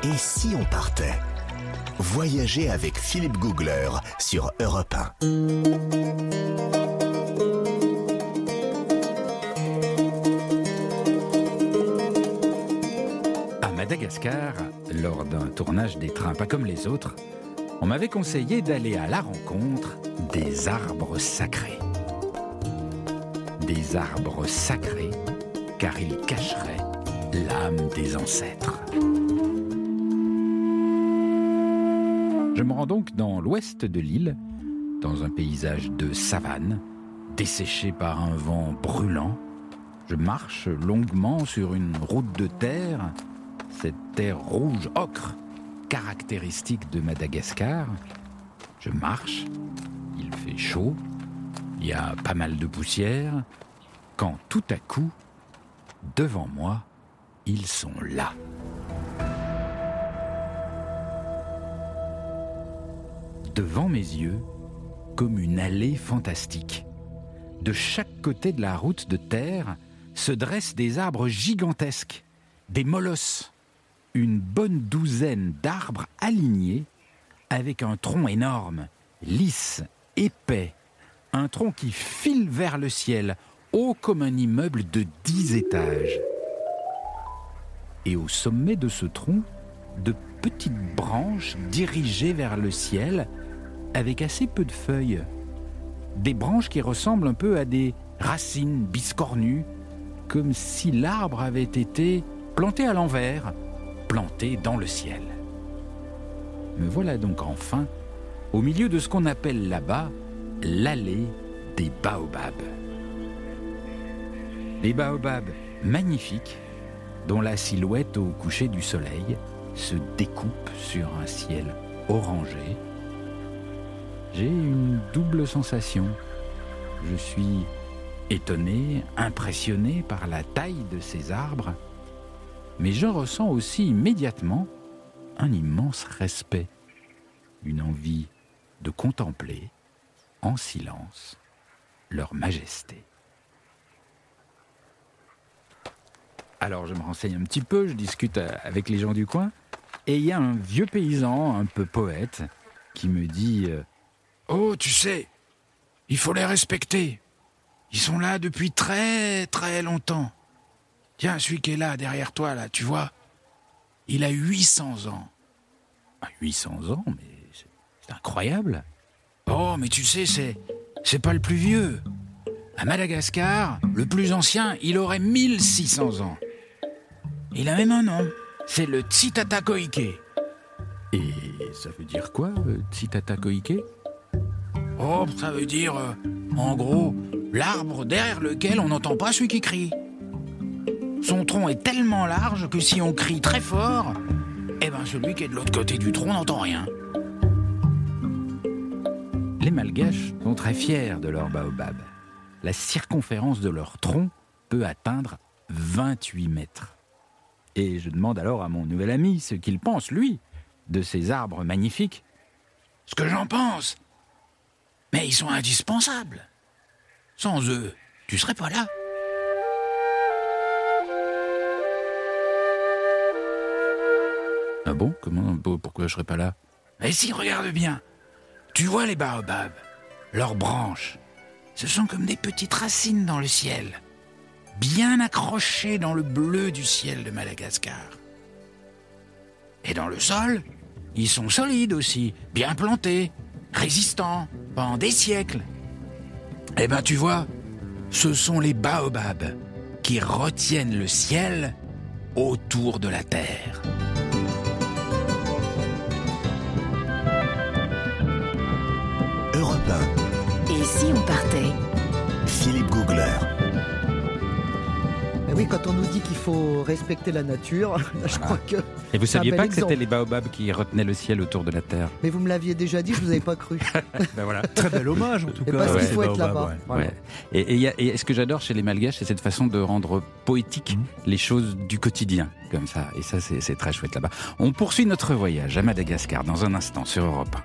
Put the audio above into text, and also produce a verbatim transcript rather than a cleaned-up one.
Et si on partait? Voyager avec Philippe Googler sur Europe un. À Madagascar, lors d'un tournage des trains pas comme les autres, on m'avait conseillé d'aller à la rencontre des arbres sacrés. Des arbres sacrés, car ils cacheraient l'âme des ancêtres. Je me rends donc dans l'ouest de l'île, dans un paysage de savane, desséché par un vent brûlant. Je marche longuement sur une route de terre, cette terre rouge ocre, caractéristique de Madagascar. Je marche, il fait chaud, il y a pas mal de poussière, quand tout à coup, devant moi, ils sont là. Devant mes yeux, comme une allée fantastique. De chaque côté de la route de terre se dressent des arbres gigantesques, des molosses, une bonne douzaine d'arbres alignés avec un tronc énorme, lisse, épais, un tronc qui file vers le ciel, haut comme un immeuble de dix étages. Et au sommet de ce tronc, de petites branches dirigées vers le ciel, avec assez peu de feuilles. Des branches qui ressemblent un peu à des racines biscornues, comme si l'arbre avait été planté à l'envers, planté dans le ciel. Me voilà donc enfin au milieu de ce qu'on appelle là-bas l'allée des baobabs. Les baobabs magnifiques, dont la silhouette au coucher du soleil se découpe sur un ciel orangé. J'ai une double sensation. Je suis étonné, impressionné par la taille de ces arbres, mais je ressens aussi immédiatement un immense respect, une envie de contempler, en silence, leur majesté. Alors je me renseigne un petit peu, je discute avec les gens du coin, et il y a un vieux paysan, un peu poète, qui me dit euh, « Oh, tu sais, il faut les respecter. Ils sont là depuis très très longtemps. Tiens, celui qui est là, derrière toi, là, tu vois, il a huit cents ans. Ah, » huit cents ans, mais c'est, c'est incroyable. « Oh, mais tu sais, c'est, c'est pas le plus vieux. À Madagascar, le plus ancien, il aurait mille six cents ans. Il a même un nom, c'est le Tsitata-Koike. » Et ça veut dire quoi, le Tsitata-Koike ? Oh, ça veut dire, euh, en gros, l'arbre derrière lequel on n'entend pas celui qui crie. Son tronc est tellement large que si on crie très fort, eh ben celui qui est de l'autre côté du tronc n'entend rien. Les Malgaches sont très fiers de leur baobab. La circonférence de leur tronc peut atteindre vingt-huit mètres. Et je demande alors à mon nouvel ami ce qu'il pense, lui, de ces arbres magnifiques. Ce que j'en pense ? Mais ils sont indispensables. Sans eux, tu serais pas là. Ah bon ? Comment ? Pourquoi je serais pas là ? Mais si, regarde bien. Tu vois les baobabs, leurs branches, ce sont comme des petites racines dans le ciel, bien accrochées dans le bleu du ciel de Madagascar. Et dans le sol, ils sont solides aussi, bien plantés, résistants, pendant des siècles. Eh ben tu vois, ce sont les baobabs qui retiennent le ciel autour de la terre. Europe un. Et si on partait ? Philippe Googler. Et oui, quand on nous dit qu'il faut respecter la nature, là, je crois que... Et vous c'est un saviez bel pas que exemple. c'était les baobabs qui retenaient le ciel autour de la terre ? Mais vous me l'aviez déjà dit, je vous avais pas cru. Ben voilà. Très bel hommage en tout Et cas. parce ouais, qu'il faut les être baobabs, là-bas. ouais. Voilà. Ouais. Et, et, y a- et ce que j'adore chez les Malgaches, c'est cette façon de rendre poétique les choses du quotidien, comme ça. Et ça, c'est, c'est très chouette là-bas. On poursuit notre voyage à Madagascar dans un instant sur Europe un.